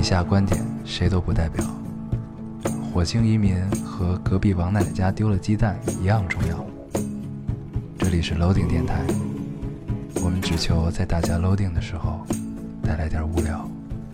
下观点谁都不代表。火星移民和隔壁王奶奶家丢了鸡蛋一样重要。这里是 Loading 电台，我们只求在大家 Loading 的时候带来点无聊。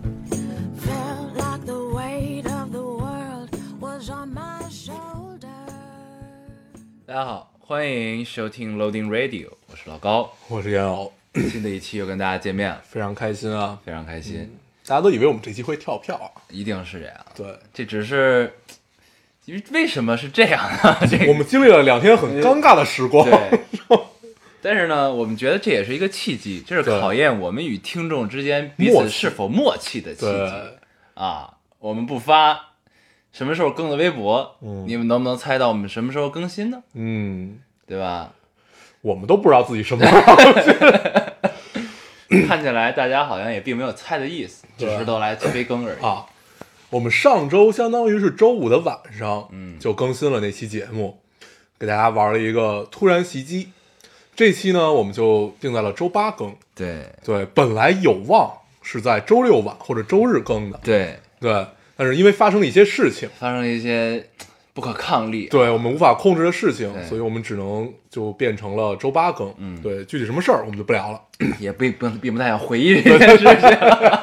大家好，欢迎收听 Loading Radio， 我是老高， 我是烟偶。 新的一期又跟大家见面了， 非常开心啊， 非常开心。 大家都以为我们这期会跳票啊， 一定是这样。 对， 这只是为什么是这样呢？ 我们经历了2天很尴尬的时光。 对，但是呢，我们觉得这也是一个契机，这是考验我们与听众之间彼此是否默契的契机啊。我们不发什么时候更的微博，你们能不能猜到我们什么时候更新呢？对吧？ 我们都不知道自己什么时候更新。 看起来大家好像也并没有猜的意思，只是都来催更而已啊。我们上周相当于是周五的晚上，就更新了那期节目，给大家玩了一个突然袭击。这期呢，我们就定在了周8更。 对， 本来有望是在周6晚或者周日更的。对，但是因为发生了一些事情， 发生了一些不可抗力， 对我们无法控制的事情，所以我们只能就变成了周8更。对，具体什么事儿我们就不聊了， 也并不太想回忆这件事情。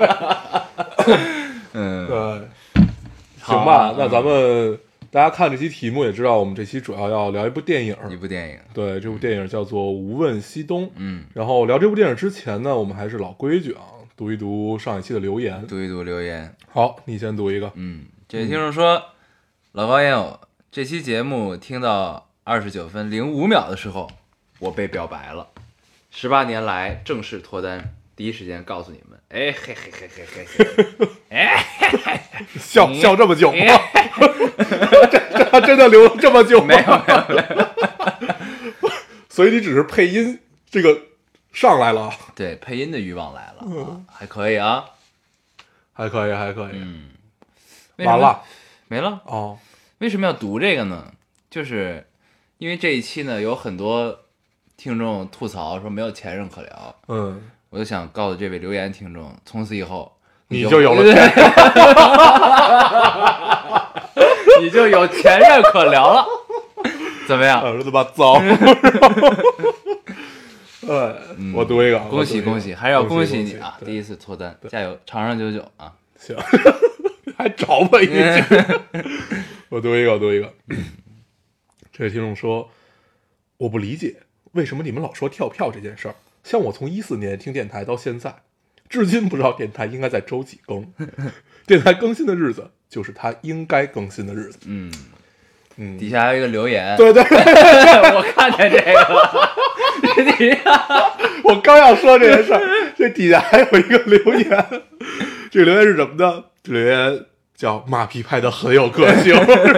对，行吧，那咱们大家看这期题目也知道，我们这期主要聊一部电影。对，这部电影叫做《无问西东》。然后聊这部电影之前呢，我们还是老规矩啊，读一读上一期的留言。好，你先读一个。 这位听众说，老高烟友，这期节目听到29分05秒的时候，我被表白了。18年来正式脱单，第一时间告诉你们。哎嘿嘿嘿嘿嘿嘿，哎嘿嘿嘿， 笑这么久吗？这真的留了这么久吗？ 没有。 所以你只是配音这个上来了。 对，配音的欲望来了，还可以啊， 还可以。 完了， 没了哦。为什么要读这个呢？就是因为这一期呢，有很多听众吐槽说没有前任可聊。我就想告诉这位留言听众，从此以后你就有了前任， 你就有前任可聊了，怎么样？ 儿子吧，糟。我读一个， 恭喜，还是要恭喜你啊！第一次脱单，加油，长长久久啊！ 行，还找我一句。我读一个。这位听众说，我不理解为什么你们老说跳票这件事儿。像我从14年听电台到现在，至今不知道电台应该在周几更。电台更新的日子就是它应该更新的日子。 底下还有一个留言， 对， 我看见这个了。 我刚要说这件事儿，这底下还有一个留言。这个留言是什么呢？这留言叫马屁拍的很有个性。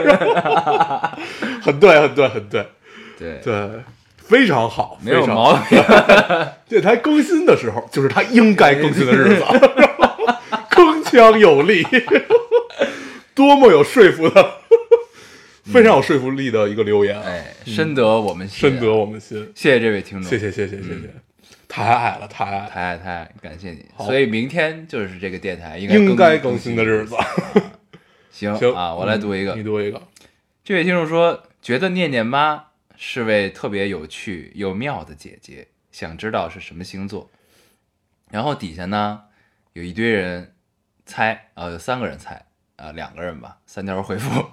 很对，非常好， 没有毛病。 电台更新的时候就是它应该更新的日子。铿锵有力，多么有说服的，非常有说服力的一个留言。 深得我们心，谢谢这位听众， 谢谢，太爱了， 感谢你。所以明天就是这个电台应该更新的日子。 行啊，我来读一个， 你读一个。 这位听众说，觉得念念妈是位特别有趣又妙的姐姐，想知道是什么星座。然后底下呢有一堆人猜，有3个人猜，2个人吧，3条回复。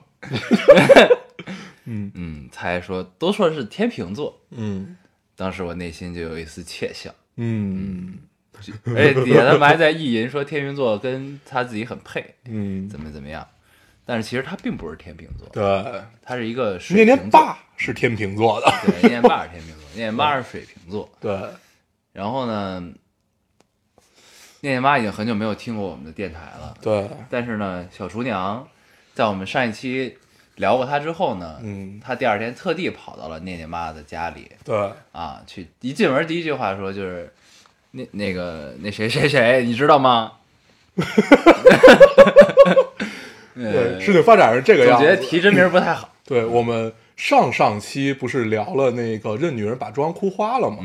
猜说都说是天秤座。当时我内心就有一丝窃笑。而且底下他们还在意淫说天秤座跟他自己很配，怎么样。但是其实他并不是天秤座， 对， 他是一个水瓶座。 念念爸是天秤座的， 对，念念爸是天秤座，念念妈是水瓶座。 对， 然后呢，念念妈已经很久没有听过我们的电台了， 对。 但是呢，小厨娘在我们上一期聊过她之后呢，她第2天特地跑到了念念妈的家里， 对啊，去一进门第一句话说就是那谁，你知道吗？ 对，事情发展是这个样子。 总觉得提真名不太好。 对，我们上期不是聊了那个任女人把妆哭花了吗？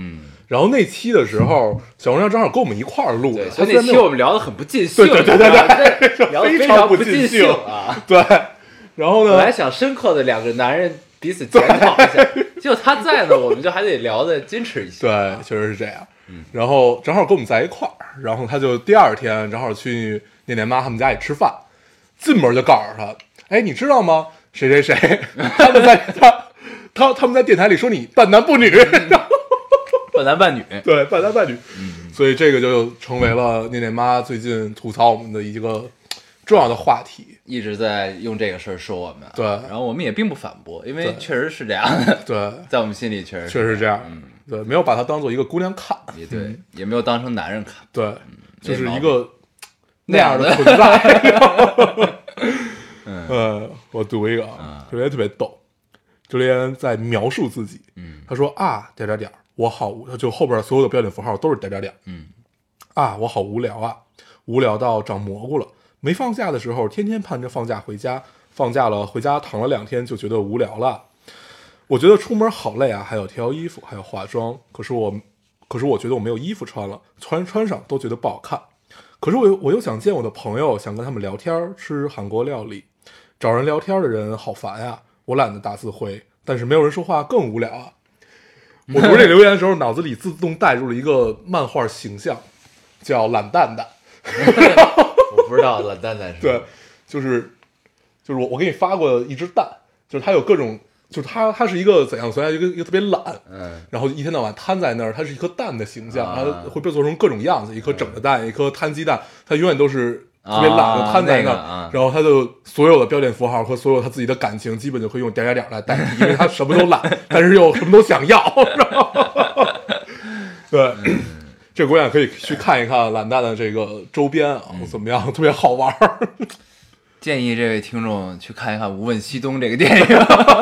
然后那期的时候，小红娘正好跟我们一块儿录的， 所以那期我们聊得很不尽兴， 对， 聊得非常不尽兴啊。 对，然后呢， 本来想深刻的两个男人彼此检讨一下，结果他在呢，我们就还得聊得矜持一些。 对，确实是这样。然后正好跟我们在一块儿，然后他就第二天正好去念念妈他们家里吃饭，进门就告诉他，哎，你知道吗？谁谁谁，他们在电台里说你半男不女， 半男半女， 对，半男半女。所以这个就成为了念念妈最近吐槽我们的一个重要的话题， 一直在用这个事儿说我们。 对， 然后我们也并不反驳，因为确实是这样的。 对， 在我们心里确实是这样。对，没有把她当做一个姑娘看， 也对，也没有当成男人看。 对，就是一个那样的存在。我读一个啊，这边特别逗，就连在描述自己，他说啊，点点点，我好无，就后边所有的标点符号都是点点点，啊，我好无聊啊，无聊到长蘑菇了。没放假的时候，天天盼着放假回家，放假了回家躺了2天就觉得无聊了。我觉得出门好累啊，还要挑衣服，还要化妆。可是我觉得我没有衣服穿了，穿上都觉得不好看。可是我又想见我的朋友，想跟他们聊天，吃韩国料理。找人聊天的人好烦呀，我懒得打字回，但是没有人说话更无聊啊。我读这留言的时候，脑子里自动带入了一个漫画形象，叫懒蛋蛋。 我不知道懒蛋蛋是对，就是我给你发过一只蛋，就是它有各种，就是它是一个怎样存在一个特别懒，然后一天到晚瘫在那儿，它是一颗蛋的形象，它会被做成各种样子，一颗整的蛋，一颗摊鸡蛋，它永远都是特别懒的瘫在那儿，然后他就所有的标点符号和所有他自己的感情，基本就会用点点点来代替，因为他什么都懒，但是又什么都想要。对，这姑娘可以去看一看懒蛋的这个周边啊，怎么样？特别好玩。 建议这位听众去看一看《无问西东》这个电影。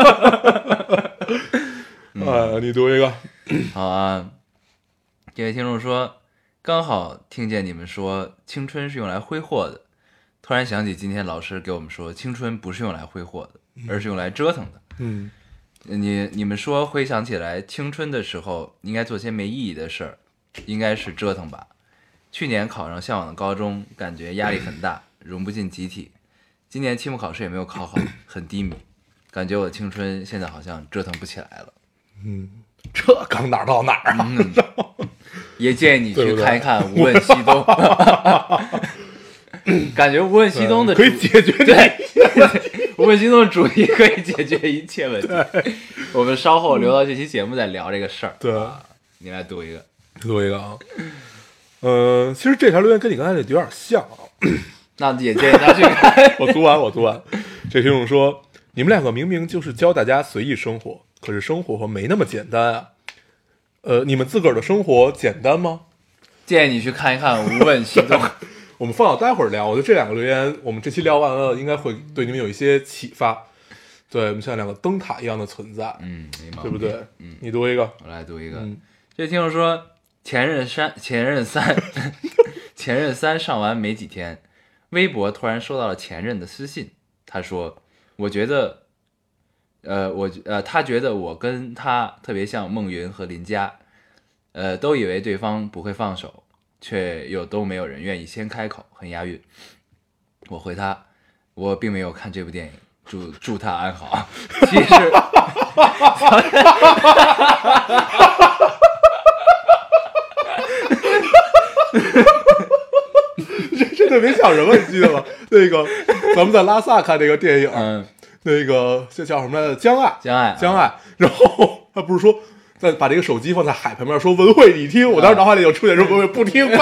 你读一个。 好啊，这位听众说，刚好听见你们说青春是用来挥霍的，突然想起今天老师给我们说，青春不是用来挥霍的，而是用来折腾的。你们说回想起来，青春的时候应该做些没意义的事儿，应该是折腾吧。去年考上向往的高中，感觉压力很大，融不进集体。今年期末考试也没有考好，很低迷，感觉我的青春现在好像折腾不起来了。 这刚哪儿到哪儿啊？ 也建议你去看一看《无问西东》，感觉《无问西东》的可以解决对，《无问西东》的主题可以解决一切问题。我们稍后留到这期节目再聊这个事儿。 对， 你来读一个， 啊。其实这条留言跟你刚才那有点像啊。 那也建议大家去看。 我读完。这听众说，你们两个明明就是教大家随意生活，可是生活没那么简单啊。你们自个儿的生活简单吗？ 建议你去看一看《无问西东》。 我们放到待会儿聊。我觉得这两个留言，我们这期聊完了，应该会对你们有一些启发。对，我们像两个灯塔一样的存在，对不对？你读一个， 我来读一个。这听众说，前任三上完没几天，微博突然收到了前任的私信，他说，他觉得我跟他特别像孟云和林佳，都以为对方不会放手，却又都没有人愿意先开口，很押韵。我回他，我并没有看这部电影，祝他安好。其实， 这特别像什么？你记得吗？那个咱们在拉萨看这个电影，那个叫什么来着？江爱。然后他不是说再把这个手机放在海旁边，说文慧你听。我当时脑海里就出现说文慧不听，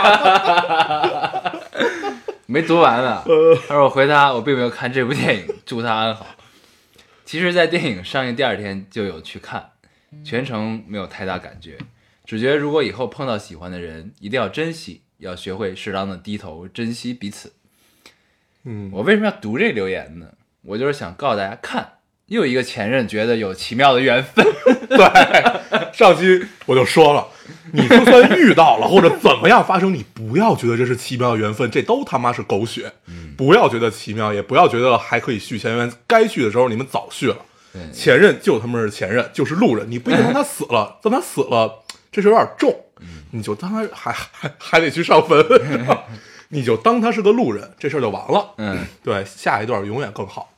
没读完呢。他说我回他，我并没有看这部电影，祝他安好。其实，在电影上映第2天就有去看，全程没有太大感觉，只觉得如果以后碰到喜欢的人，一定要珍惜，要学会适当的低头，珍惜彼此。我为什么要读这留言呢？我就是想告诉大家，看，又一个前任觉得有奇妙的缘分。 对，上期我就说了，你就算遇到了或者怎么样发生，你不要觉得这是奇妙的缘分，这都他妈是狗血。不要觉得奇妙，也不要觉得还可以续前缘，该续的时候你们早续了。前任就他妈是前任，就是路人，你不一定让他死了，等他死了， 这事有点重，你就当他还得去上坟，你就当他是个路人，这事儿就完了。对，下一段永远更好。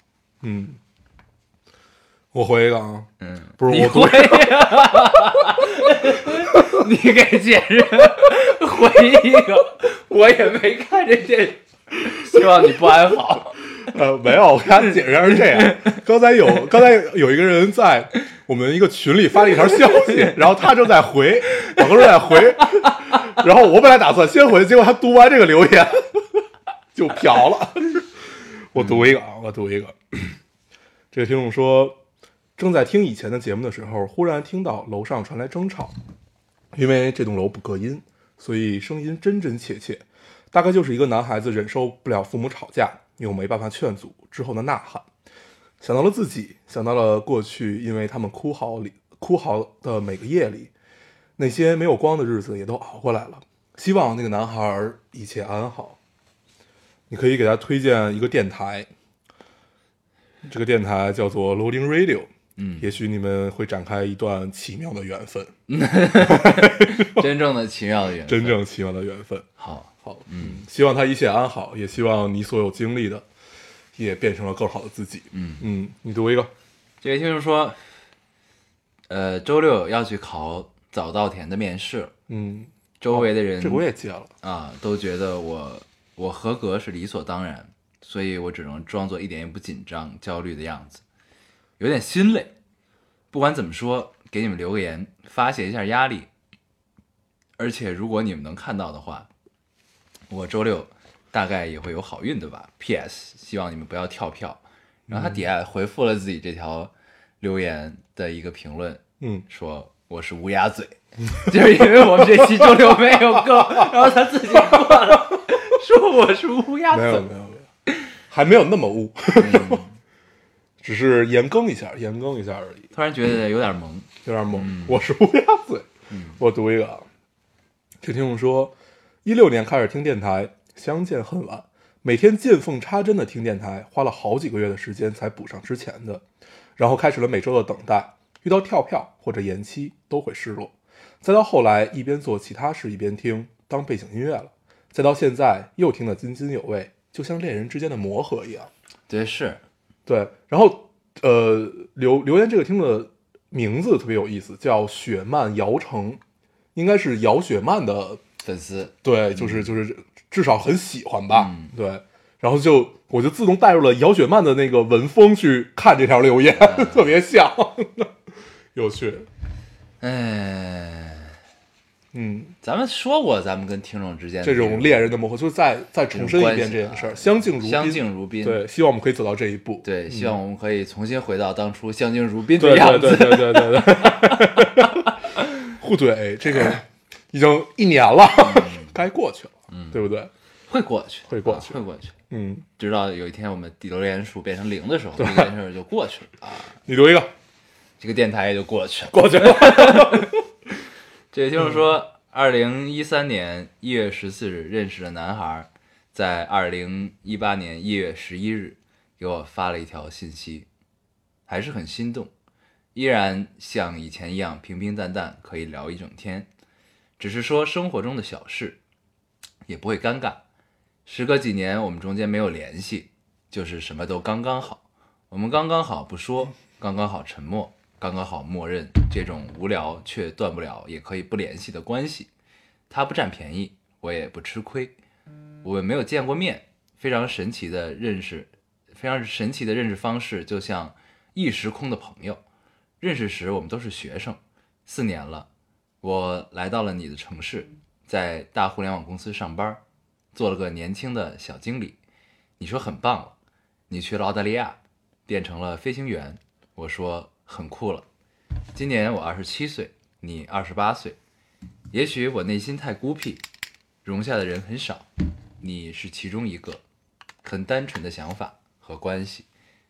我回一个啊，不是我回一个，你给解释回一个，我也没看这电影，希望你不安好。 没有，我给他解释一下是这样。刚才有一个人在我们一个群里发了一条消息，然后他正在回，网哥正在回，然后我本来打算先回，结果他读完这个留言就飘了。我读一个啊，这个听众说，正在听以前的节目的时候，忽然听到楼上传来争吵，因为这栋楼不隔音，所以声音真真切切，大概就是一个男孩子忍受不了父母吵架又没办法劝阻之后的呐喊，想到了自己，想到了过去因为他们哭嚎的每个夜里，那些没有光的日子也都熬过来了，希望那个男孩一切安好。你可以给他推荐一个电台，这个电台叫做 Loading Radio，也许你们会展开一段奇妙的缘分。 真正的奇妙的缘分， 真正奇妙的缘分。 好， 希望他一切安好，也希望你所有经历的也变成了更好的自己。你读一个。 这位听众说，周六要去考早稻田的面试了。周围的人， 这我也接了啊，都觉得我合格是理所当然，所以我只能装作一点也不紧张、焦虑的样子，有点心累。不管怎么说，给你们留个言，发泄一下压力。而且如果你们能看到的话，我周六大概也会有好运的吧。PS， 希望你们不要跳票。然后他底下回复了自己这条留言的一个评论，说我是乌鸦嘴，就是因为我们这期周六没有更，然后他自己过了，说我是乌鸦嘴。 没有，还没有那么污，只是延更一下而已。 突然觉得有点萌， 我是乌鸦嘴。我读一个啊，这听众说，16年开始听电台，相见恨晚，每天见缝插针的听电台，花了好几个月的时间才补上之前的，然后开始了每周的等待，遇到跳票或者延期都会失落，再到后来一边做其他事一边听，当背景音乐了，再到现在又听得津津有味，就像恋人之间的磨合一样。 对，是， 对。然后留言这个听的名字特别有意思，叫雪漫姚城，应该是姚雪漫的粉丝。 对，就是至少很喜欢吧。对，然后我就自动带入了姚雪漫的那个文风去看这条留言，特别像，有趣。 咱们说过，咱们跟听众之间的这种恋人的磨合，就再重申一遍这件事儿，相敬如宾。对，希望我们可以走到这一步。 对，希望我们可以重新回到当初相敬如宾的样子。 对。互怼，这个已经1年了，该过去了，对不对？ 会过去。直到有一天我们留言数变成0的时候，这件事就过去了啊。 你读一个， 这个电台也就过去了。这位听众说，2013年1月14日认识的男孩，在2018年1月11日给我发了一条信息，还是很心动，依然像以前一样平平淡淡，可以聊一整天，只是说生活中的小事，也不会尴尬。时隔几年，我们中间没有联系，就是什么都刚刚好。我们刚刚好不说，刚刚好沉默，刚刚好默认这种无聊却断不了也可以不联系的关系。他不占便宜，我也不吃亏。我们没有见过面，非常神奇的认识方式，就像异时空的朋友。认识时我们都是学生，4年了，我来到了你的城市，在大互联网公司上班，做了个年轻的小经理。你说很棒了，你去了澳大利亚，变成了飞行员，我说很酷了。今年我27岁，你28岁，也许我内心太孤僻，容下的人很少，你是其中一个，很单纯的想法和关系。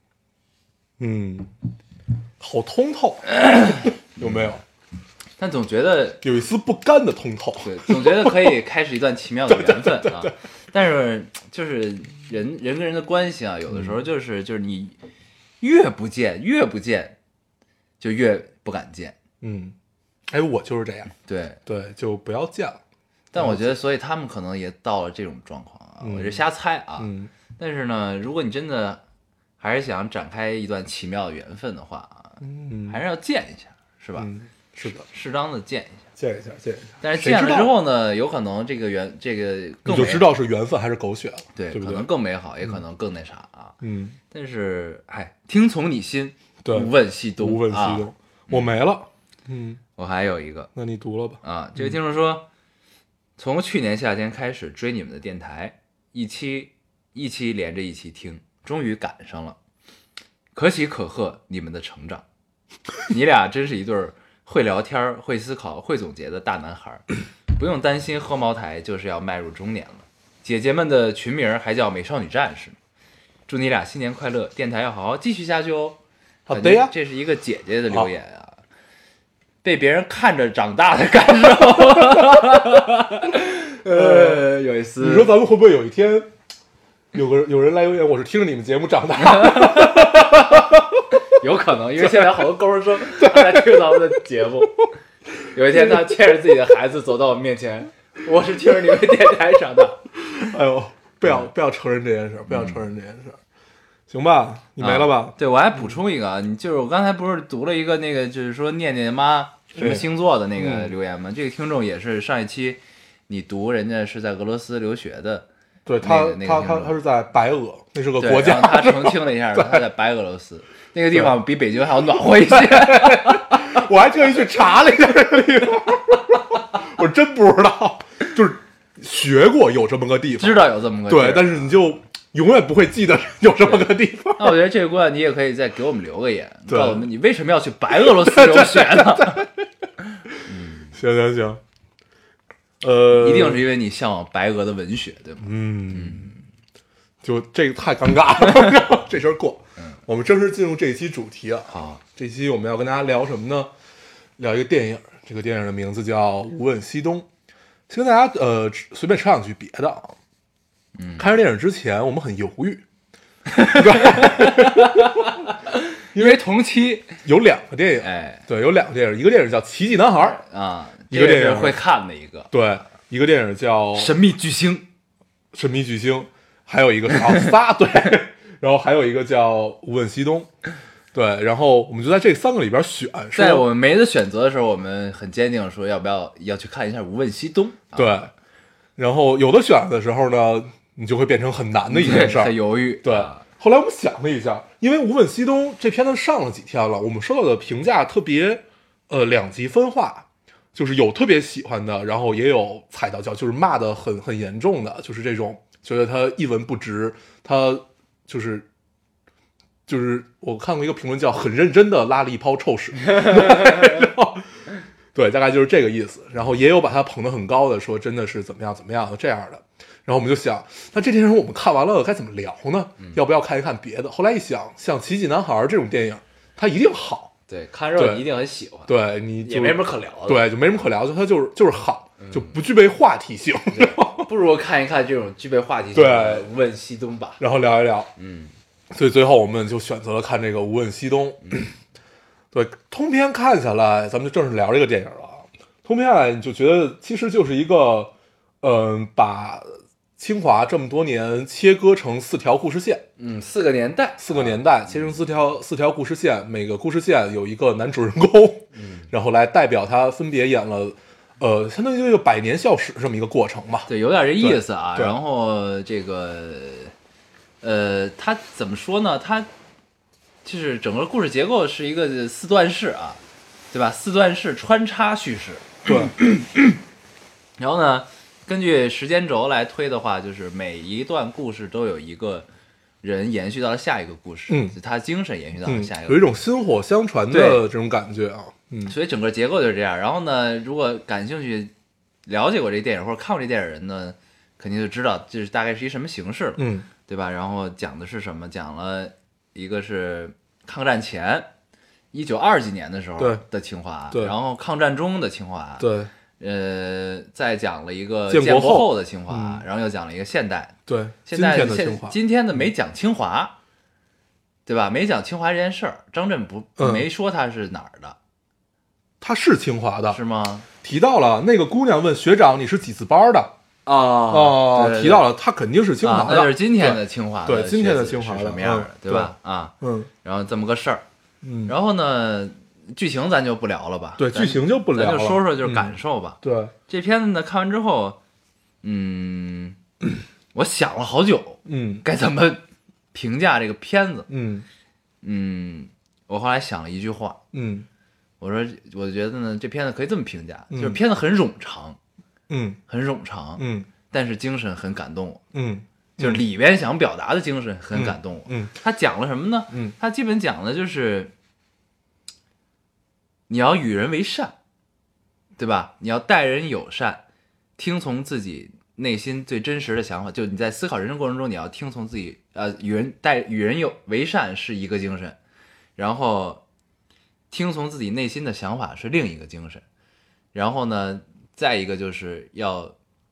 好通透，有没有？ 但总觉得有一丝不甘的通透。 对，总觉得可以开始一段奇妙的缘分啊。但是就是人跟人的关系啊，有的时候就是你越不见，就越不敢见。 哎，我就是这样， 对对，就不要见了。 但我觉得，所以他们可能也到了这种状况啊，我这瞎猜啊。但是呢，如果你真的还是想展开一段奇妙的缘分的话啊，还是要见一下，是吧？ 是的， 适当的见一下。 见一下。 但是见了之后呢，有可能这个更你就知道是缘分还是狗血了， 对， 对不对？ 可能更美好，也可能更那啥啊。但是听从你心，无问西东， 无问西东。我没了。 我还有一个， 那你读了吧。 啊，这位听众说，从去年夏天开始追你们的电台，一期连着一期听，终于赶上了，可喜可贺你们的成长。你俩真是一对会聊天、会思考、会总结的大男孩，不用担心喝茅台就是要迈入中年了。姐姐们的群名还叫美少女战士。祝你俩新年快乐，电台要好好继续下去哦。 好的呀， 这是一个姐姐的留言啊，被别人看着长大的感受。有一次， 你说咱们会不会有一天有人来留言，我是听着你们节目长大的？ 有可能，因为现在好多高中生在听咱们的节目。有一天，他牵着自己的孩子走到我面前，我是听着你们电台长大。 哎呦，不要承认这件事，不要承认这件事。行吧，你没了吧？ 对，我还补充一个啊，就是我刚才不是读了一个那个，就是说念念妈什么星座的那个留言吗？这个听众也是上一期你读人家是在俄罗斯留学的。 对他是在白俄，那是个国家。 他澄清了一下，他在白俄罗斯那个地方比北京还要暖和一些。 我还特意去查了一下这个地方，我真不知道，就是学过有这么个地方， 知道有这么个地方， 对，但是你就永远不会记得有这么个地方。 那我觉得这个姑娘你也可以再给我们留个言，告诉我们你为什么要去白俄罗斯留学呢？ 行。 一定是因为你向往白俄的文学，对吗？ 就这个太尴尬了，这事儿过。我们正式进入这一期主题啊。 好， 这期我们要跟大家聊什么呢？聊一个电影，这个电影的名字叫《无问西东》。先跟大家随便扯两句别的啊。看这电影之前，我们很犹豫， 因为同期有两个电影，对，有两个电影，一个电影叫《奇迹男孩》 啊。 一个电影会看的一个， 对，一个电影叫《 神秘巨星》， 还有一个仨，对，然后还有一个叫《无问西东》，对，然后我们就在这三个里边选。 在我们没得选择的时候，我们很坚定说要去看一下《无问西东》， 对，然后有的选的时候呢，你就会变成很难的一件事儿， 很犹豫， 对。后来我们想了一下，因为《无问西东》这片子上了几天了，我们收到的评价特别两极分化。就是有特别喜欢的，然后也有踩到脚，就是骂的很严重的，就是这种觉得他一文不值，他就是我看过一个评论叫很认真的拉了一泡臭屎，对，大概就是这个意思。然后也有把他捧得很高的，说真的是怎么样的这样的。然后我们就想，那这电影我们看完了该怎么聊呢？要不要看一看别的？后来一想，像《奇迹男孩》这种电影，它一定好。 对，看热你一定很喜欢， 对，你也没什么可聊的， 对，就没什么可聊的，它就是好，就不具备话题性， 不如看一看这种具备话题性的《无问西东》吧， 然后聊一聊，所以最后我们就选择了看这个《无问西东》，对，通篇看下来，咱们就正式聊这个电影了。通篇下来，你就觉得其实就是一个，把清华这么多年切割成4条故事线 ，4个年代切成四条故事线，每个故事线有一个男主人公，然后来代表他分别演了，相当于一个100年校史这么一个过程嘛。 对，有点这意思啊。然后这个，他怎么说呢？他就是整个故事结构是一个4段式啊，对吧？4段式穿插叙事。 对。 然后呢？根据时间轴来推的话，就是每一段故事都有一个人延续到了下一个故事，他精神延续到了下一个故事， 有一种薪火相传的这种感觉啊。 所以整个结构就是这样。然后呢，如果感兴趣了解过这电影或者看过这电影的人呢，肯定就知道这是大概是一什么形式了，对吧？然后讲的是什么？讲了一个是抗战前1920几年的时候的清华，然后抗战中的清华， 对。 再讲了一个建国后的清华，然后又讲了一个现代， 对， 现在的清华。 今天的没讲清华，对吧？没讲清华这件事儿，张震没说他是哪儿的， 他是清华的， 是吗？ 提到了那个姑娘问学长你是几字班的。提到了他肯定是清华的， 那就是今天的清华的， 对，今天的清华的什么样的，对吧？然后这么个事儿，然后呢，剧情咱就不聊了吧， 对，剧情就不聊了， 咱就说说就是感受吧。 对， 这片子呢看完之后，我想了好久，该怎么评价这个片子，我后来想了一句话，我说我觉得呢，这片子可以这么评价，就是片子很冗长。很冗长，但是精神很感动我，就是里边想表达的精神很感动我，他讲了什么呢？他基本讲的就是你要与人为善，对吧？你要待人友善，听从自己内心最真实的想法，就你在思考人生过程中，你要听从自己，与人为善是一个精神，然后听从自己内心的想法是另一个精神，然后呢？再一个就是要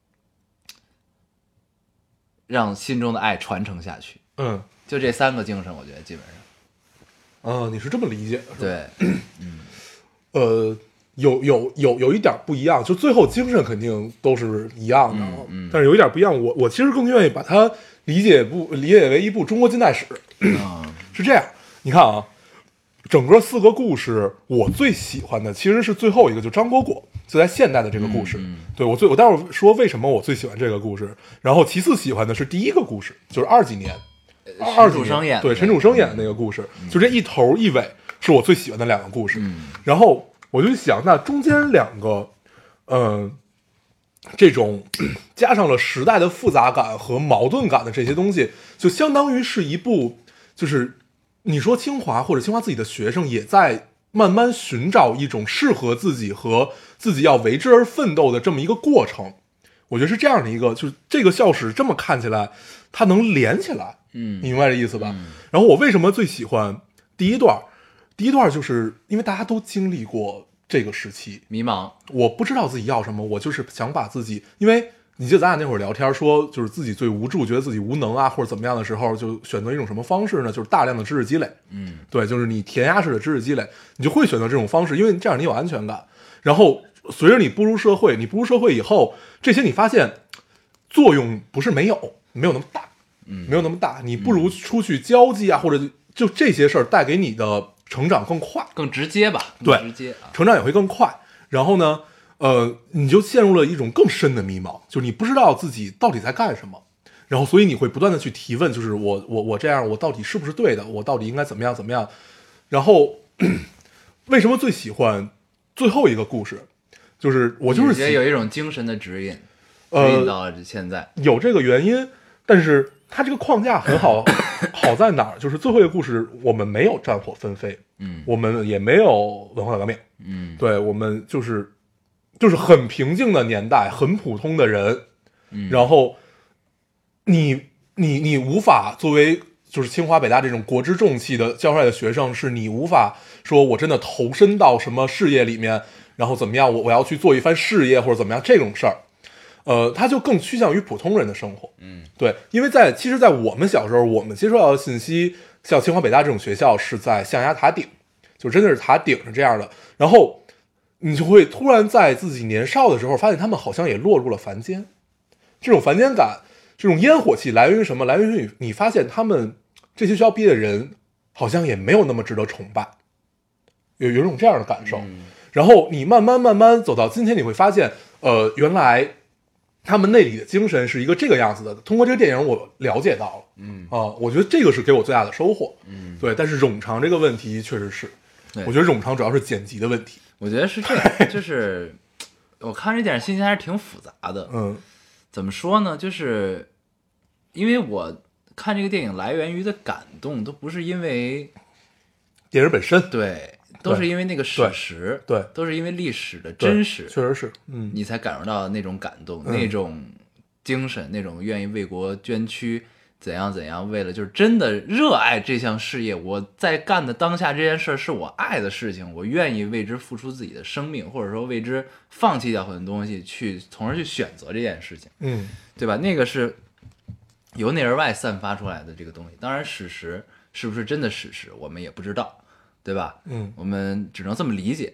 让心中的爱传承下去，就这3个精神，我觉得基本上，你是这么理解的？ 对，有一点不一样，就最后精神肯定都是一样的，但是有一点不一样，我其实更愿意把它理解为一部中国近代史，是这样，你看啊。整个4个故事，我最喜欢的其实是最后一个，就张果果，就在现代的这个故事。对我待会儿说为什么我最喜欢这个故事，然后其次喜欢的是第一个故事，就是20几年， 陈楚生演对陈楚生演的那个故事，就这一头一尾是我最喜欢的2个故事。然后我就想，那中间2个，这种加上了时代的复杂感和矛盾感的这些东西，就相当于是一部就是。你说清华或者清华自己的学生也在慢慢寻找一种适合自己和自己要为之而奋斗的这么一个过程，我觉得是这样的一个，就是这个校史这么看起来，它能连起来，你明白这意思吧？然后我为什么最喜欢第一段就是因为大家都经历过这个时期， 迷茫， 我不知道自己要什么，我就是想把自己，因为。你记得咱俩那会儿聊天说，就是自己最无助，觉得自己无能啊，或者怎么样的时候，就选择一种什么方式呢？就是大量的知识积累。对，就是你填鸭式的知识积累，你就会选择这种方式，因为这样你有安全感。然后随着你步入社会，以后，这些你发现作用不是没有那么大，没有那么大。你不如出去交际啊，或者就这些事儿带给你的成长更快、 更直接吧？ 对， 直接， 成长也会更快。然后呢？你就陷入了一种更深的迷茫，就是你不知道自己到底在干什么，然后所以你会不断的去提问，就是我这样我到底是不是对的，我到底应该怎么样，然后为什么最喜欢最后一个故事，就是我就是觉得有一种精神的指引到了现在， 有这个原因，但是它这个框架很好好在哪儿，就是最后一个故事我们没有战火纷飞，我们也没有文化大革命，对，我们就是很平静的年代，很普通的人，然后你无法作为就是清华北大这种国之重器的教出来的学生，是你无法说我真的投身到什么事业里面，然后怎么样，我要去做一番事业或者怎么样这种事儿，它就更趋向于普通人的生活，对，因为其实，在我们小时候，我们接触到的信息，像清华北大这种学校是在象牙塔顶，就真的是塔顶是这样的，然后。你就会突然在自己年少的时候发现他们好像也落入了凡间，这种凡间感，这种烟火气来源于什么？来源于你发现他们这些学校毕业的人好像也没有那么值得崇拜，有一种这样的感受。然后你慢慢走到今天，你会发现，原来他们内里的精神是一个这个样子的。通过这个电影，我了解到了，我觉得这个是给我最大的收获。对，但是冗长这个问题确实是，我觉得冗长主要是剪辑的问题。 我觉得是这样，就是我看这电影心情还是挺复杂的。怎么说呢？就是因为我看这个电影来源于的感动，都不是因为电影本身， 对，都是因为那个史实， 对， 都是因为历史的真实， 确实是， 你才感受到那种感动，那种精神，那种愿意为国捐躯。怎样，为了就是真的热爱这项事业，我在干的当下这件事是我爱的事情，我愿意为之付出自己的生命，或者说为之放弃掉很多东西，从而去选择这件事情，对吧？那个是由内而外散发出来的这个东西。当然，史实是不是真的史实，我们也不知道，对吧？我们只能这么理解。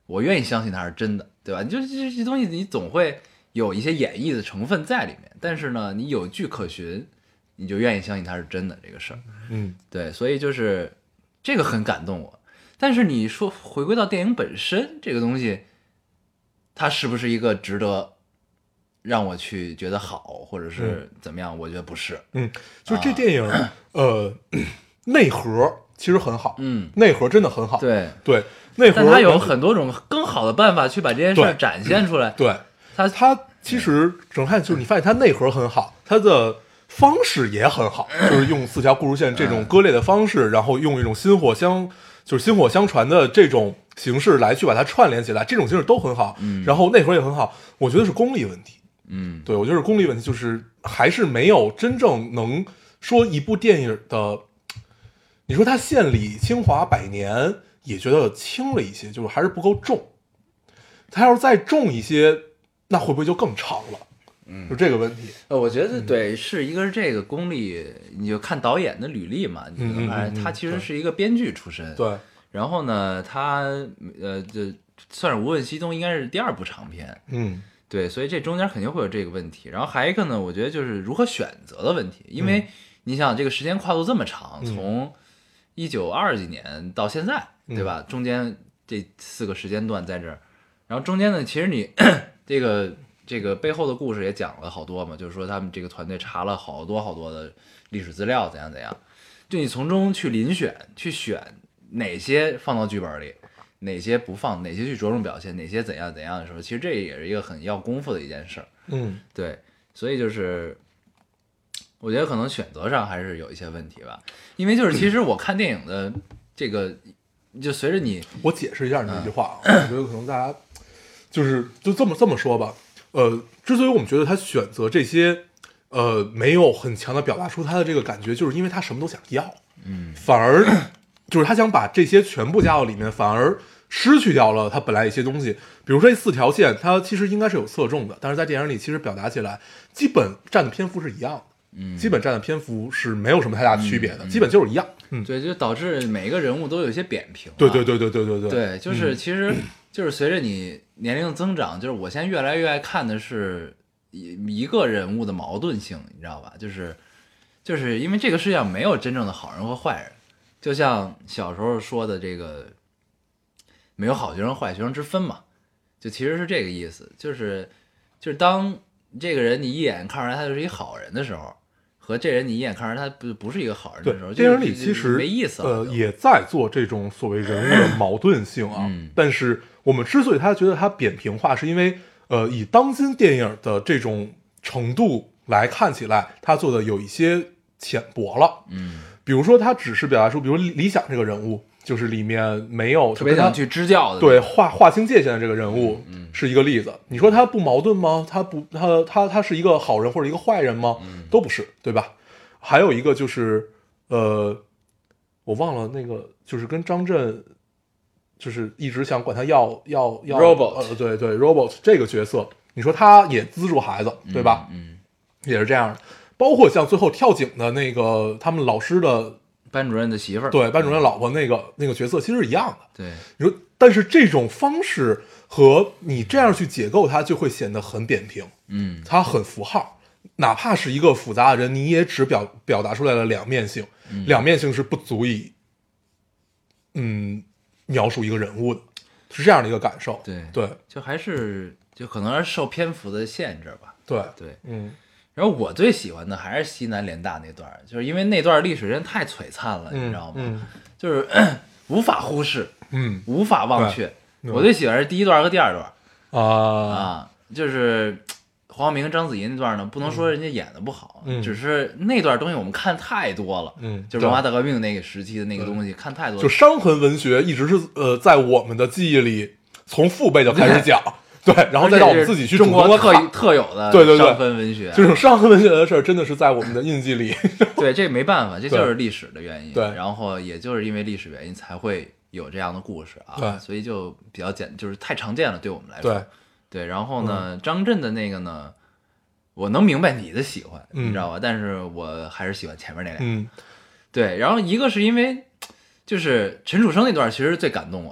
我愿意相信它是真的，对吧？你就这些东西，你总会有一些演绎的成分在里面，但是呢，你有据可循，你就愿意相信它是真的这个事儿。对，所以就是这个很感动我。但是你说回归到电影本身这个东西，它是不是一个值得让我去觉得好，或者是怎么样？我觉得不是。 就是这电影，内核其实很好，内核真的很好， 对， 内核。 但它有很多种更好的办法去把这件事展现出来。 对，它其实整看就是你发现它内核很好，它的方式也很好，就是用4条故事线这种割裂的方式，然后用一种薪火相传的这种形式来去把它串联起来，这种形式都很好，然后内核也很好，我觉得是功力问题。对，我觉得是功力问题，就是还是没有真正能说一部电影的，你说它献礼清华100年，也觉得轻了一些，就是还是不够重。它要是再重一些，那会不会就更长了？就这个问题。 我觉得对，是一个是这个功力，你就看导演的履历嘛，你能发现他其实是一个编剧出身。 对。 然后呢，他就算是《无问西东》应该是第2部长片。对，所以这中间肯定会有这个问题。然后还有一个呢，我觉得就是如何选择的问题，因为你想这个时间跨度这么长，从1920几年到现在，对吧？中间这4个时间段在这儿，然后中间呢，其实你这个背后的故事也讲了好多嘛，就是说他们这个团队查了好多的历史资料，怎样，就你从中去遴选，去选哪些放到剧本里，哪些不放，哪些去着重表现，哪些怎样的时候，其实这也是一个很要功夫的一件事儿。对，所以就是我觉得可能选择上还是有一些问题吧，因为就是其实我看电影的这个，就随着你， 我解释一下你这句话，我觉得可能大家就这么说吧。之所以我们觉得他选择这些，没有很强的表达出他的这个感觉，就是因为他什么都想要，反而就是他想把这些全部加到里面，反而失去掉了他本来一些东西。比如说这4条线，它其实应该是有侧重的，但是在电影里其实表达起来，基本占的篇幅是一样的，基本占的篇幅是没有什么太大区别的，基本就是一样。 对，就导致每个人物都有一些扁平。 对， 对，就是其实就是随着你年龄的增长，就是我现在越来越爱看的是一个人物的矛盾性，你知道吧？就是因为这个世界上没有真正的好人和坏人，就像小时候说的这个没有好学生坏学生之分嘛，就其实是这个意思，就是当这个人你一眼看出来他就是一好人的时候，和这人你一眼看出来他不是一个好人的时候， 电影里其实没意思了， 也在做这种所谓人物的矛盾性啊。但是我们之所以他觉得他扁平化，是因为以当今电影的这种程度来看起来，他做的有一些浅薄了。比如说他只是表达出，比如李想这个人物，就是里面没有特别想去支教的， 对，划清界限的这个人物，是一个例子。你说他不矛盾吗？他是一个好人或者一个坏人吗？都不是，对吧？还有一个就是我忘了那个，就是跟张震，就是一直想管他要 robot， 对 robot 这个角色，你说他也资助孩子，对吧？也是这样的。包括像最后跳井的那个他们老师的班主任的媳妇儿， 对，班主任老婆那个角色其实是一样的。 对， 你说，但是这种方式和你这样去解构它，就会显得很扁平。它很符号，哪怕是一个复杂的人，你也只表达出来了两面性，两面性是不足以描述一个人物的，是这样的一个感受。对， 就还是就可能是受篇幅的限制吧。 对， 然后我最喜欢的还是西南联大那段，就是因为那段历史真太璀璨了，你知道吗？就是无法忽视，无法忘却。我最喜欢是第1段和第2段就是黄晓明跟章子怡那段呢，不能说人家演的不好，只是那段东西我们看太多了，就是文化大革命那个时期的那个东西看太多了， 就伤痕文学一直是在我们的记忆里从父辈就开始讲。对，然后再让我们自己去主动的看特有的伤痕文学， 这种伤痕文学的事儿真的是在我们的印记里。 对，这没办法，这就是历史的原因。 对， 然后也就是因为历史原因才会有这样的故事啊。 对， 所以就比较就是太常见了，对我们来说。对，然后呢，张震的那个呢，我能明白你的喜欢，你知道吧？但是我还是喜欢前面那俩。对，然后一个是因为就是陈楚生那段其实是最感动我的。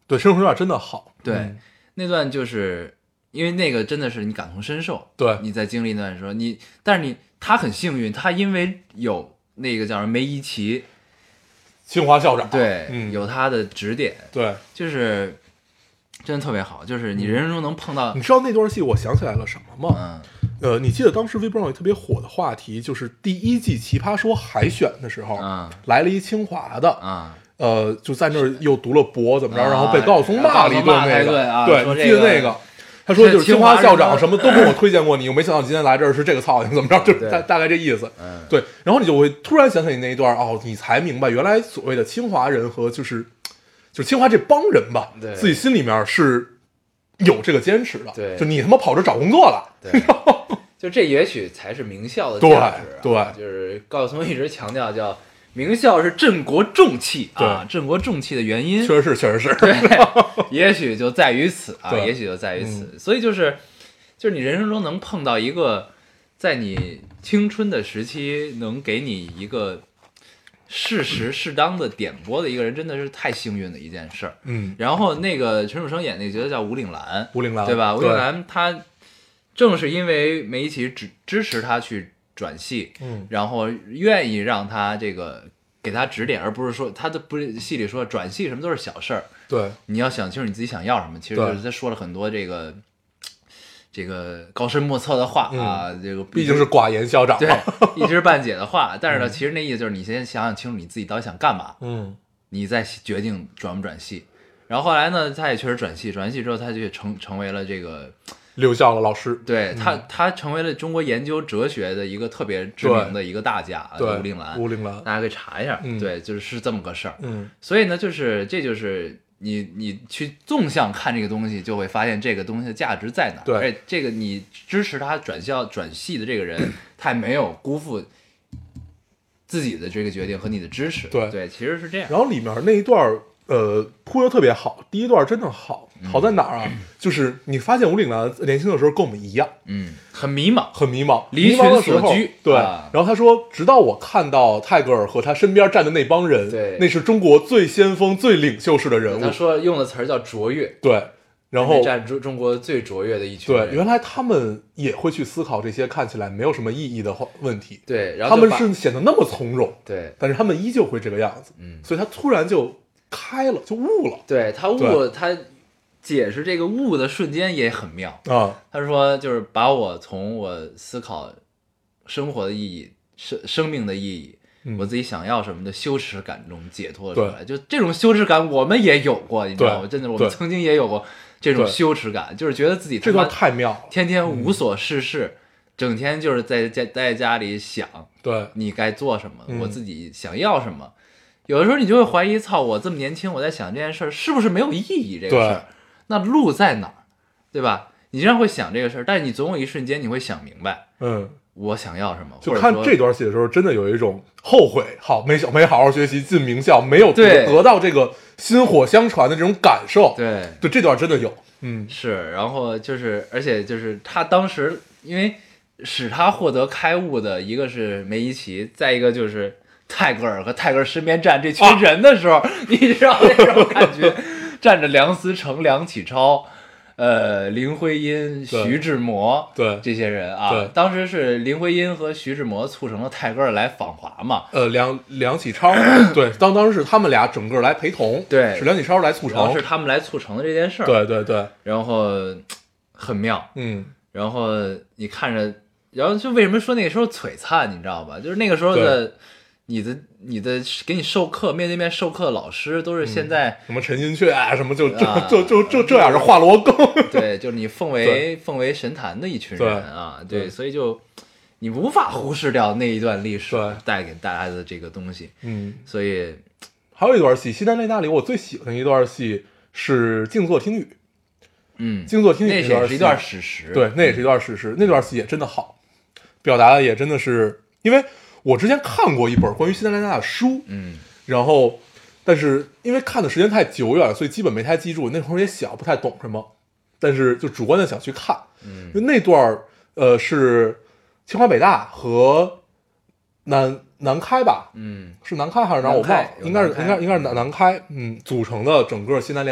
对，生活那段真的好。 对，那段就是因为那个真的是你感同身受。 对， 你在经历那段时候，但是他很幸运，他因为有那个叫什么梅贻琦， 清华校长， 对，有他的指点， 对， 就是真的特别好，就是你人生中能碰到。 你知道那段戏我想起来了什么吗？你记得当时微博上有特别火的话题，就是第1季奇葩说海选的时候，来了一清华的，就在那儿又读了博怎么着，然后被高晓松骂了一顿那个，对，你记得那个？他说就是清华校长什么都跟我推荐过你，我没想到今天来这儿是这个操性，怎么着？就是大概这意思。对，然后你就会突然想起那一段，你才明白原来所谓的清华人和就是清华这帮人吧，自己心里面是有这个坚持的。对，就你他妈跑这找工作了， 对，就这也许才是名校的价值。 对， 就是高晓松一直强调叫。名校是振国重器啊，振国重器的原因， 确实是， 对，也许就在于此啊，也许就在于此。所以就是你人生中能碰到一个在你青春的时期能给你一个适时适当的点拨的一个人，真的是太幸运的一件事儿。然后那个陈楚生演那个角色叫吴岭澜，对吧？吴岭澜他正是因为梅贻琦支持他去转系，然后愿意让他这个给他指点，而不是说他的不是戏里说转系什么都是小事儿， 对， 你要想清楚你自己想要什么，其实就是他说了很多这个高深莫测的话啊，这个毕竟是寡言校长， 对，一知半解的话，但是呢，其实那意思就是你先想想清楚你自己到底想干嘛，你再决定转不转系。然后后来呢，他也确实转系之后，他就成为了这个。 留校的老师， 对他成为了中国研究哲学的一个特别知名的一个大家，吴岭澜，大家可以查一下，对，就是这么个事儿，所以呢，这就是你去纵向看这个东西，就会发现这个东西的价值在哪， 对， 而且这个你支持他转系的这个人，他也没有辜负自己的这个决定和你的支持，对，其实是这样。 然后里面那一段铺的特别好，第一段真的好在哪儿啊？就是你发现吴岭澜年轻的时候跟我们一样， 很迷茫， 离群所居。对，然后他说，直到我看到泰戈尔和他身边站的那帮人， 对， 那是中国最先锋、最领袖式的人物。 他说用的词儿叫卓越， 对，然后占中国最卓越的一群人。 对，原来他们也会去思考这些看起来没有什么意义的问题。 对，然后他们是显得那么从容， 对， 但是他们依旧会这个样子。所以他突然就开了，就悟了。 对，他悟了，他解释这个悟的瞬间也很妙啊。 他说就是把我从我思考生活的意义、生命的意义，我自己想要什么的羞耻感中解脱出来。就这种羞耻感，我们也有过，你知道吗？真的，我们曾经也有过这种羞耻感，就是觉得自己这段太妙了， 天天无所事事，整天就是在家里想， 对， 你该做什么，我自己想要什么。有的时候你就会怀疑，操，我这么年轻，我在想这件事是不是没有意义？这个事儿，那路在哪儿，对吧？你经常会想这个事儿，但是你总有一瞬间你会想明白，我想要什么。 就看这段戏的时候，真的有一种后悔，没好好学习，进名校，没有得到这个薪火相传的这种感受。 对， 这段真的有， 是。然后就是，而且就是他当时，因为使他获得开悟的一个是梅贻琦，再一个就是泰戈尔和泰戈尔身边站这群人的时候，你知道那种感觉，站着梁思成、梁启超。林徽因、徐志摩， 对这些人啊，当时是林徽因和徐志摩促成了泰戈尔来访华嘛。 梁启超，对，当时是他们俩整个来陪同， 对， 是梁启超来促成， 是他们来促成的这件事儿。 对， 然后很妙，然后你看着，然后就为什么说那个时候璀璨，你知道吧？就是那个时候的。你的给你授课面对面授课的老师都是现在什么陈寅恪啊，什么就这样是华罗庚， 对，就是你奉为神坛的一群人啊，对，所以就你无法忽视掉那一段历史带给大家的这个东西，所以还有一段戏，西南联大里我最喜欢的一段戏是静坐听雨，静坐听雨那也是一段史实， 对，那也是一段史实，那段戏也真的好，表达的也真的是因为。我之前看过一本关于西南联大的书，然后，但是因为看的时间太久远了，所以基本没太记住。那会儿也小，不太懂什么，但是就主观的想去看。因为那段是清华北大和南开吧，是南开还是哪？我忘了，应该是南开，组成的整个西南联大。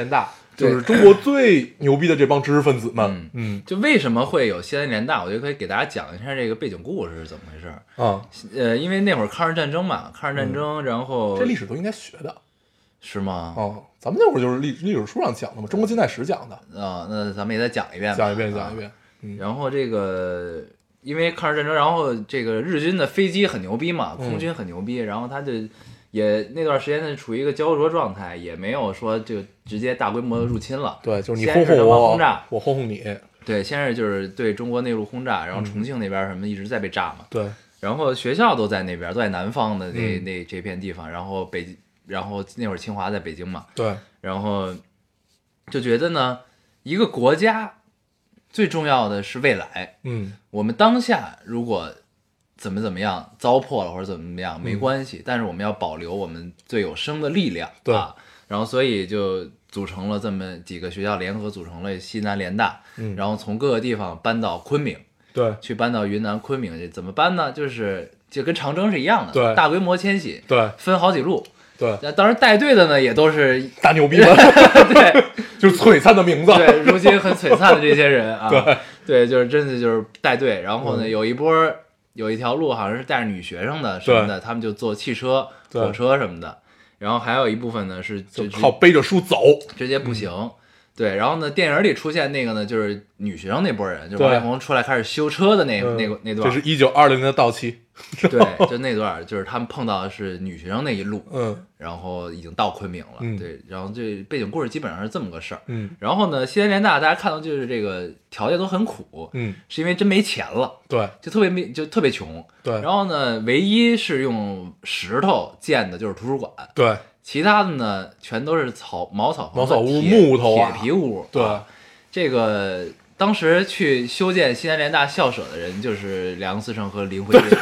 就是中国最牛逼的这帮知识分子们。 就为什么会有西南联大，我就可以给大家讲一下这个背景故事是怎么回事啊。 因为那会儿抗日战争嘛，抗日战争，然后这历史都应该学的， 是吗？ 哦，咱们那会儿就是历史书上讲的嘛，中国近代史讲的啊。那咱们也再讲一遍吧， 讲一遍。 然后这个因为抗日战争，然后这个日军的飞机很牛逼嘛，空军很牛逼，然后他就也那段时间呢处于一个焦灼状态，也没有说就直接大规模的入侵了。 对，就是你轰轰我，轰炸我轰轰你。 对，先是就是对中国内陆轰炸，然后重庆那边什么一直在被炸嘛。 对， 然后学校都在那边，都在南方的这片地方，然后那会儿清华在北京嘛。 对， 然后就觉得呢，一个国家最重要的是未来。我们当下如果怎么样糟粕了或者怎么样没关系，但是我们要保留我们最有生的力量。 对啊，然后所以就组成了这么几个学校联合组成了西南联大。然后从各个地方搬到昆明。 对， 去搬到云南昆明去，怎么搬呢？就跟长征是一样的， 对， 大规模迁徙， 对， 分好几路。 对， 当然带队的呢也都是大牛逼们， 对， 就是璀璨的名字， 对，如今很璀璨的这些人啊， 对， 就是真的就是带队。然后呢，有一条路好像是带着女学生的什么的，他们就坐汽车、火车什么的。然后还有一部分呢是就靠背着书走， 直接步行。对，然后呢，电影里出现那个呢，就是女学生那波人，就是王力宏出来开始修车的那段。 这是1920年的到期。 对，就那段，就是他们碰到的是女学生那一路，然后已经到昆明了，对，然后这背景故事基本上是这么个事儿，然后呢，西南联大大家看到就是这个条件都很苦，是因为真没钱了， 对， 就特别穷， 对， 然后呢，唯一是用石头建的就是图书馆， 对， 其他的呢全都是茅草屋、木头铁皮屋， 对， 这个。当时去修建西南联大校舍的人就是梁思成和林徽因，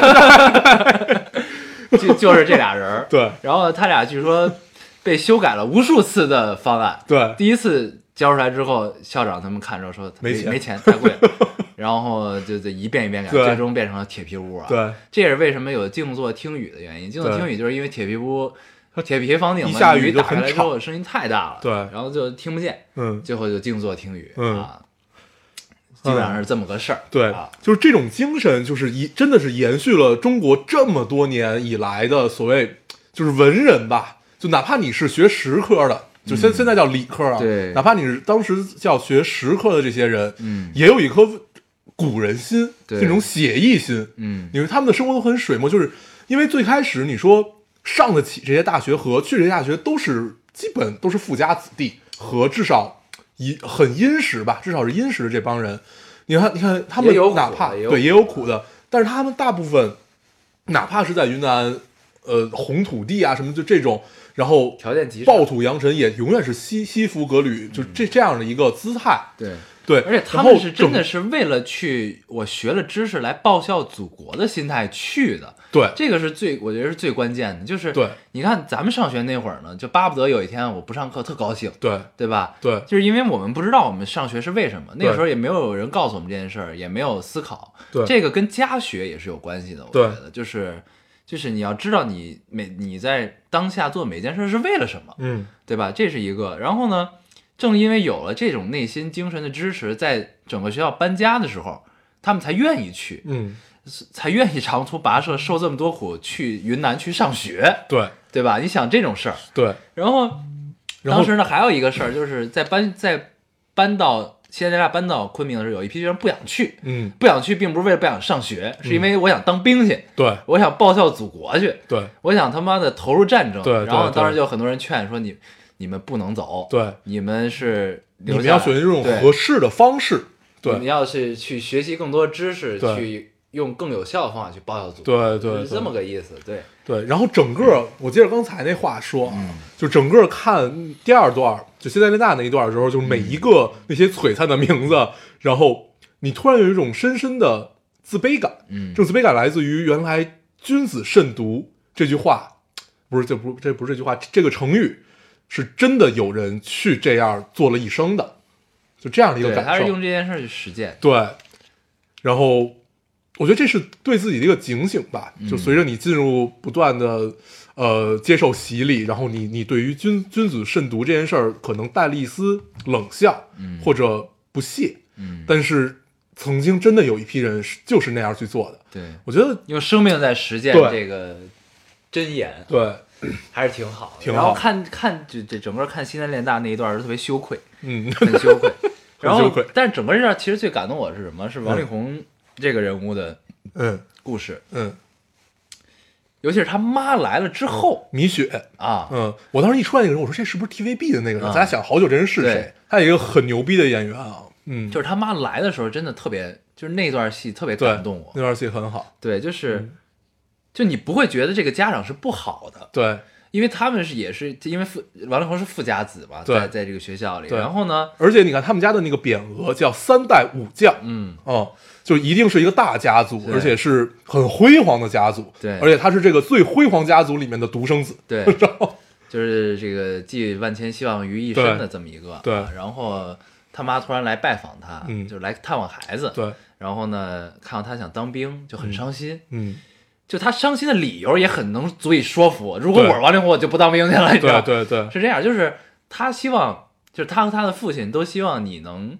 就是这俩人。 对， 然后他俩据说被修改了无数次的方案。 对， 第一次交出来之后，校长他们看着说没钱太贵了，然后就一遍一遍改，最终变成了铁皮屋啊。 对， 这也是为什么有静坐听雨的原因。静坐听雨就是因为铁皮屋。铁皮房顶嘛， 一下雨打下来之后声音太大了， 对， 然后就听不见，最后就静坐听雨，啊。基本上是这么个事儿， 对，就是这种精神，就是真的是延续了中国这么多年以来的所谓就是文人吧，就哪怕你是学实科的，就现在叫理科啊， 对， 哪怕你是当时叫学实科的这些人，也有一颗古人心，这种写意心，因为他们的生活都很水墨，就是因为最开始你说上得起这些大学和去这些大学基本都是富家子弟和至少很殷实吧，至少是殷实的这帮人。你看他们哪怕对也有苦的，但是他们大部分哪怕是在云南红土地啊什么就这种，然后条件极差， 暴土扬尘也永远是西服革履，就这样的一个姿态。对， 而且他们是真的是为了我学了知识来报效祖国的心态去的。 对， 这个是我觉得是最关键的，就是对， 你看咱们上学那会儿呢，就巴不得有一天我不上课特高兴，对吧？ 对， 就是因为我们不知道我们上学是为什么，那个时候也没有人告诉我们这件事儿，也没有思考。 对， 这个跟家学也是有关系的，我觉得就是你要知道你在当下做每件事是为了什么，对吧？这是一个。然后呢，正因为有了这种内心精神的支持，在整个学校搬家的时候，他们才愿意去，才愿意长途跋涉受这么多苦去云南去上学，对吧？你想这种事儿， 对。 然后当时呢还有一个事儿，就是在搬到西南联大搬到昆明的时候，有一批学生不想去，不想去，并不是为了不想上学，是因为我想当兵去， 对， 我想报效祖国去， 对， 我想他妈的投入战争， 对。 然后当时就有很多人劝说你们不能走， 对， 你们要选择这种合适的方式，对， 你们要去学习更多知识，去用更有效的方法去报效祖国，对， 是这么个意思， 对。然后整个我接着刚才那话说，就整个看第二段，就西南联大那一段的时候，就每一个那些璀璨的名字，然后你突然有一种深深的自卑感，这种自卑感来自于原来君子慎独这句话，这不是这句话，这个成语是真的有人去这样做了一生的，就这样的一个感受。 他是用这件事去实践， 对。然后我觉得这是对自己的一个警醒吧。就随着你进入不断的接受洗礼，然后你对于君子慎独这件事儿可能带了一丝冷笑，或者不屑，但是曾经真的有一批人就是那样去做的。 对， 我觉得用生命在实践这个箴言， 对， 还是挺好的。 挺好。 然后看这整个看西南联大那一段是特别羞愧， 很羞愧。然后， 羞愧。 但是整个这段其实最感动我是什么？是王力宏这个人物的故事，尤其是他妈来了之后， 米雪啊， 我当时一出来那个人，我说这是不是 TVB 的那个人？咱俩想好久这人是谁？他有一个很牛逼的演员啊， 就是他妈来的时候真的特别，就是那段戏特别感动我， 那段戏很好， 对，就你不会觉得这个家长是不好的， 对。 因为他们也是因为王力宏是富家子嘛，在这个学校里，然后呢， 而且你看他们家的那个匾额叫3代武将，就一定是一个大家族，而且是很辉煌的家族， 对， 而且他是这个最辉煌家族里面的独生子， 对，就是这个寄万千希望于一身的这么一个， 对， 然后他妈突然来拜访他，就是来探望孩子， 对， 然后呢，看到他想当兵就很伤心，就他伤心的理由也很能足以说服我。如果我是王力宏，我就不当兵去了。你知道？ 对， 是这样，就是他希望，就是他和他的父亲都希望你能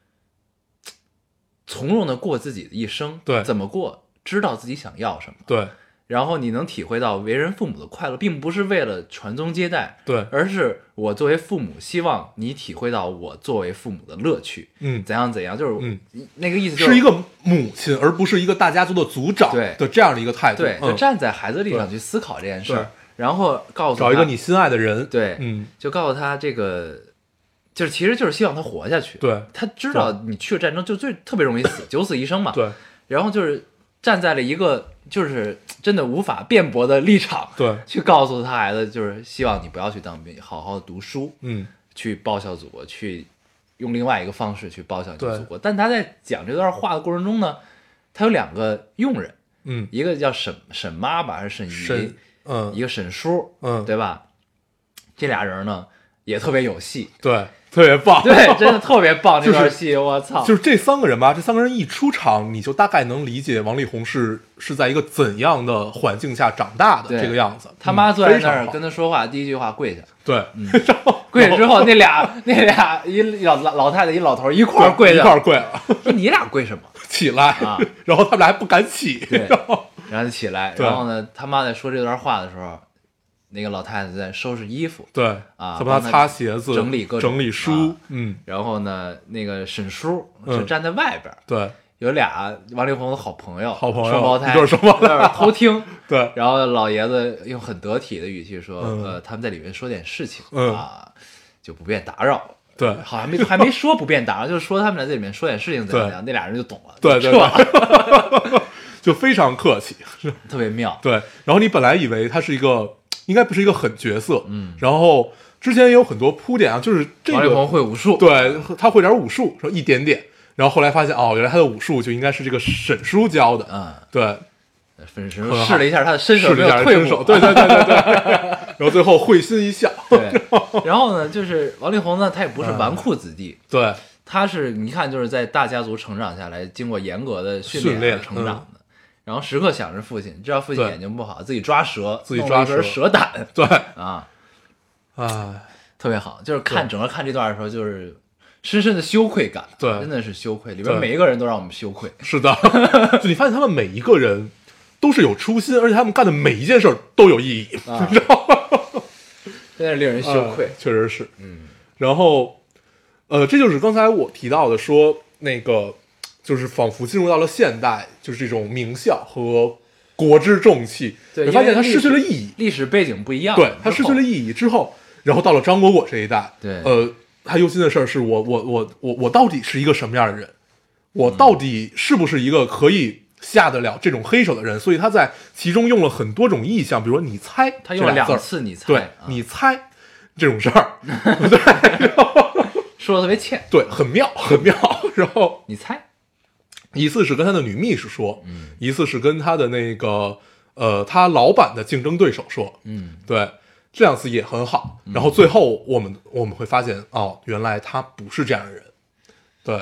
从容的过自己的一生。 对， 怎么过，知道自己想要什么。 对， 然后你能体会到为人父母的快乐，并不是为了传宗接代， 对， 而是我作为父母，希望你体会到我作为父母的乐趣。怎样怎样，就是那个意思，就是一个母亲，而不是一个大家族的族长的这样的一个态度。 对，就站在孩子立场去思考这件事儿，然后告诉他找一个你心爱的人。 对，就告诉他这个，就是其实就是希望他活下去。 对， 他知道你去了战争就特别容易死，九死一生嘛。 对， 然后就是站在了一个就是真的无法辩驳的立场， 对， 去告诉他孩子，就是希望你不要去当兵，好好的读书，去报效祖国，去用另外一个方式去报效你的祖国。但他在讲这段话的过程中呢，他有2个佣人，一个叫沈妈吧，还是沈姨，一个沈叔，对吧？这俩人呢也特别有戏， 对，特别棒， 对，真的特别棒。这段戏，我操！ 就是这3个人吧，这3个人一出场，你就大概能理解王力宏是在一个怎样的环境下长大的这个样子。 他妈坐在那儿跟他说话，第一句话跪下， 对， 跪下之后，那俩一老太太一老头一块跪下， 一块跪了。 说你俩跪什么？ 起来啊！然后他们俩还不敢起， 然后就起来。然后呢，他妈在说这段话的时候，那个老太太在收拾衣服， 对啊， 他帮他擦鞋子， 整理书， 然后呢，那个沈叔是站在外边， 对， 有俩王力宏的好朋友， 双胞胎， 双胞胎偷听， 对， 然后老爷子用很得体的语气说，他们在里面说点事情啊，就不便打扰。 对， 好像还没说不便打扰，就是说他们在这里面说点事情怎样怎样，那俩人就懂了， 对，就非常客气， 特别妙。 对，然后你本来以为他是一个应该不是一个狠角色，然后之前也有很多铺垫啊，就是这个王力宏会武术， 对，他会点武术，说一点点，然后后来发现原来他的武术就应该是这个沈叔教的，对。 沈叔试了一下他的身手，没有退步， 对，然后最后会心一笑。 对，然后呢，就是王力宏呢，他也不是纨绔子弟， 对， 他是你看就是在大家族成长下来，经过严格的训练成长的，然后时刻想着父亲，知道父亲眼睛不好，自己抓蛇， 自己抓蛇胆， 对啊，特别好，就是整个看这段的时候，就是深深的羞愧感， 对， 真的是羞愧，里边每一个人都让我们羞愧， 是的，就你发现他们每一个人都是有初心，而且他们干的每一件事都有意义，你知道吗？ 真的令人羞愧， 确实是，然后，这就是刚才我提到的，说那个就是仿佛进入到了现代，就是这种名校和国之重器，你发现它失去了意义， 历史背景不一样， 对，它失去了意义之后，然后到了张果果这一代， 对， 他忧心的事儿是我到底是一个什么样的人？我到底是不是一个可以下得了这种黑手的人？所以他在其中用了很多种意象，比如说你猜， 他用了2次你猜， 对，你猜这种事儿，对， 说的特别欠， 对，很妙，很妙。然后你猜， 一次是跟他的女秘书说，一次是跟他的那个他老板的竞争对手说，对，这2次也很好。然后最后我们会发现，原来他不是这样的人，对。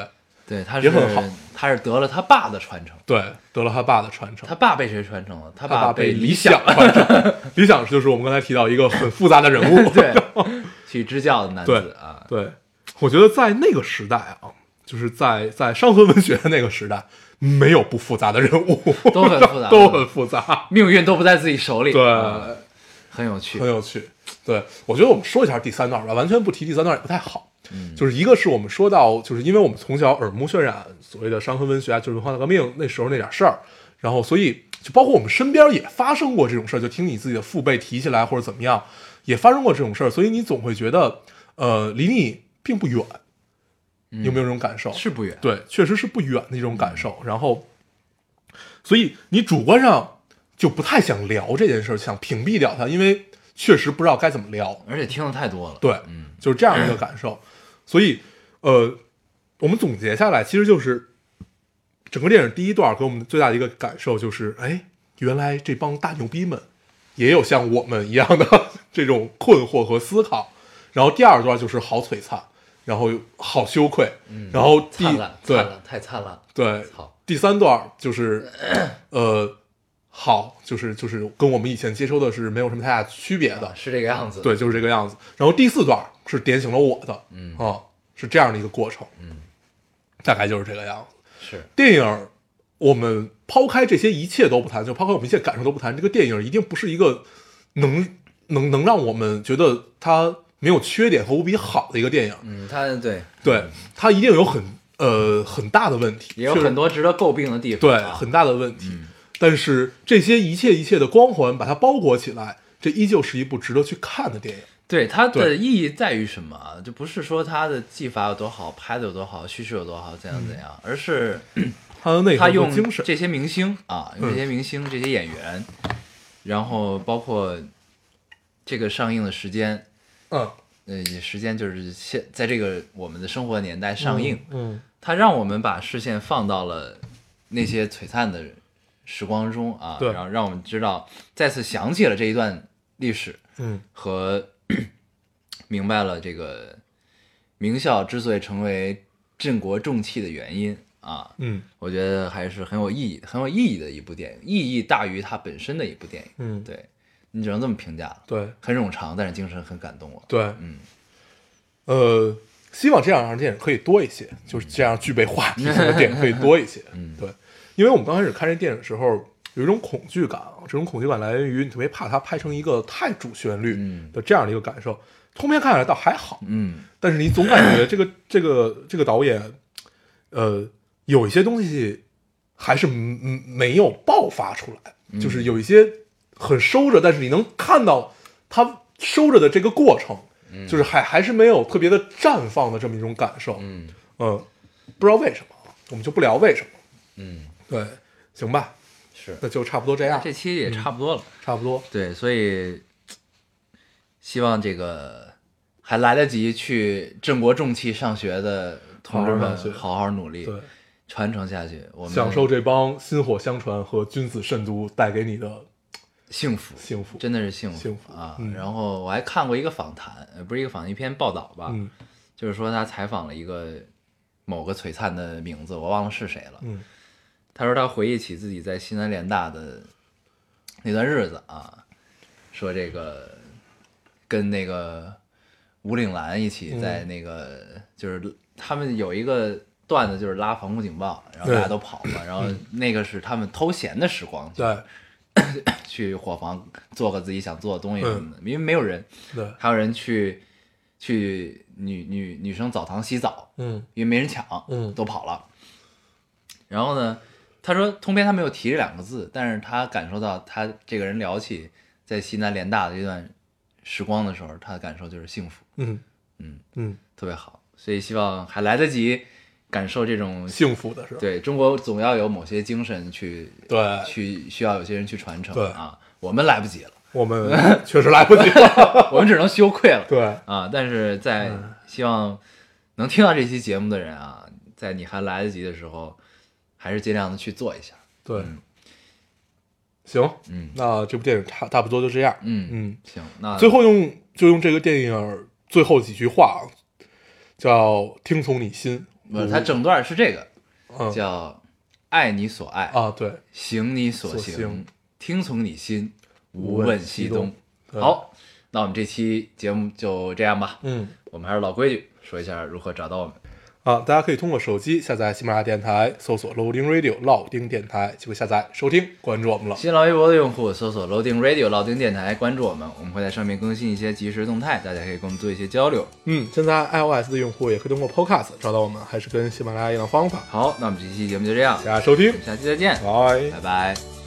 对，他也很好， 他是得了他爸的传承， 对，得了他爸的传承。 他爸被谁传承了？ 他爸被理想传承。理想就是我们刚才提到一个很复杂的人物， 对，去支教的男子啊。 对，我觉得在那个时代啊，就是在伤痕文学的那个时代，没有不复杂的人物， 都很复杂， 都很复杂， 命运都不在自己手里。 对， 很有趣， 很有趣。对，我觉得我们说一下第3段吧，完全不提第3段也不太好。就是一个是我们说到，就是因为我们从小耳目渲染所谓的伤痕文学啊，就是文化大革命那时候那点事儿，然后所以就包括我们身边也发生过这种事儿，就听你自己的父辈提起来或者怎么样，也发生过这种事儿，所以你总会觉得离你并不远。有没有这种感受？ 是不远， 对，确实是不远的一种感受。然后，所以你主观上就不太想聊这件事，想屏蔽掉它，因为确实不知道该怎么聊， 而且听的太多了。 对，就是这样一个感受。所以，我们总结下来，其实就是整个电影第一段给我们最大的一个感受就是，哎，原来这帮大牛逼们也有像我们一样的这种困惑和思考。然后第2段就是好璀璨，然后好羞愧，然后灿烂，太灿烂， 对，第3段就是好，就是跟我们以前接收的是没有什么太大区别的， 是这个样子， 对，就是这个样子。然后第4段是点醒了我的，是这样的一个过程，大概就是这个样子。 是电影，我们抛开这些一切都不谈，就抛开我们一切感受都不谈，这个电影一定不是一个能让我们觉得它没有缺点和无比好的一个电影。 它它一定有很大的问题， 也有很多值得诟病的地方， 对，很大的问题。但是这些一切的光环把它包裹起来，这依旧是一部值得去看的电影。 对，它的意义在于什么？就不是说它的技法有多好，拍的有多好，叙事有多好，怎样，而是它的内核和精神。 这些明星啊，用这些明星、这些演员，然后包括这个上映的时间，时间就是在这个我们的生活年代上映，它让我们把视线放到了那些璀璨的时光中啊，然后让我们知道，再次想起了这一段历史，和明白了这个名校之所以成为镇国重器的原因啊，我觉得还是很有意义的一部电影，意义大于它本身的一部电影，对，你只能这么评价了， 对， 很冗长，但是精神很感动我， 对，希望这样的电影可以多一些，就是这样具备话题性的电影可以多一些，对，因为我们刚开始看这电影的时候有一种恐惧感，这种恐惧感来源于你特别怕它拍成一个太主旋律的这样的一个感受。通篇看下来倒还好，但是你总感觉这个导演，有一些东西还是没有爆发出来，就是有一些很收着，但是你能看到他收着的这个过程，就是还是没有特别的绽放的这么一种感受，不知道为什么，我们就不聊为什么，对，行吧。那就差不多这样， 这期也差不多了， 差不多。 对，所以希望这个还来得及去镇国重器上学的同志们好好努力， 对， 传承下去，我们享受这帮薪火相传和君子慎独带给你的幸福，真的是幸福啊！然后我还看过一个访谈，不是一个访谈，一篇报道吧，就是说他采访了一个某个璀璨的名字，我忘了是谁了，他说他回忆起自己在西南联大的那段日子啊，说这个跟那个吴岭澜一起在那个，就是他们有一个段子，就是拉防空警报，然后大家都跑嘛，然后那个是他们偷闲的时光， 对， 去伙房做个自己想做的东西什么的，因为没有人， 对， 还有人去女生澡堂洗澡，因为没人抢，都跑了，然后呢。他说通篇他没有提这2个字，但是他感受到他这个人聊起在西南联大的这段时光的时候，他的感受就是幸福，特别好，所以希望还来得及感受这种幸福的是吧？ 对，中国总要有某些精神去需要有些人去传承，啊，我们来不及了， 我们确实来不及了， 我们只能羞愧了， 对啊，但是在希望能听到这期节目的人啊，在你还来得及的时候。还是尽量的去做一下， 对，行，那这部电影差不多就这样， 行，那最后用这个电影最后几句话，叫听从你心， 不是，它整段是这个，叫爱你所爱啊，对， 行你所行，听从你心，无问西东。 对， 好，那我们这期节目就这样吧。我们还是老规矩，说一下如何找到我们。 大家可以通过手机下载喜马拉雅电台，搜索 Loading Radio 老丁电台，就会下载收听，关注我们了。 新浪微博的用户搜索 Loading Radio 老丁电台，关注我们，我们会在上面更新一些即时动态，大家可以跟我们做一些交流。 现在 iOS 的用户也可以通过 Podcast 找到我们，还是跟喜马拉雅一样的方法。 好，那我们这期节目就这样， 大家收听， 下期再见， 拜拜拜。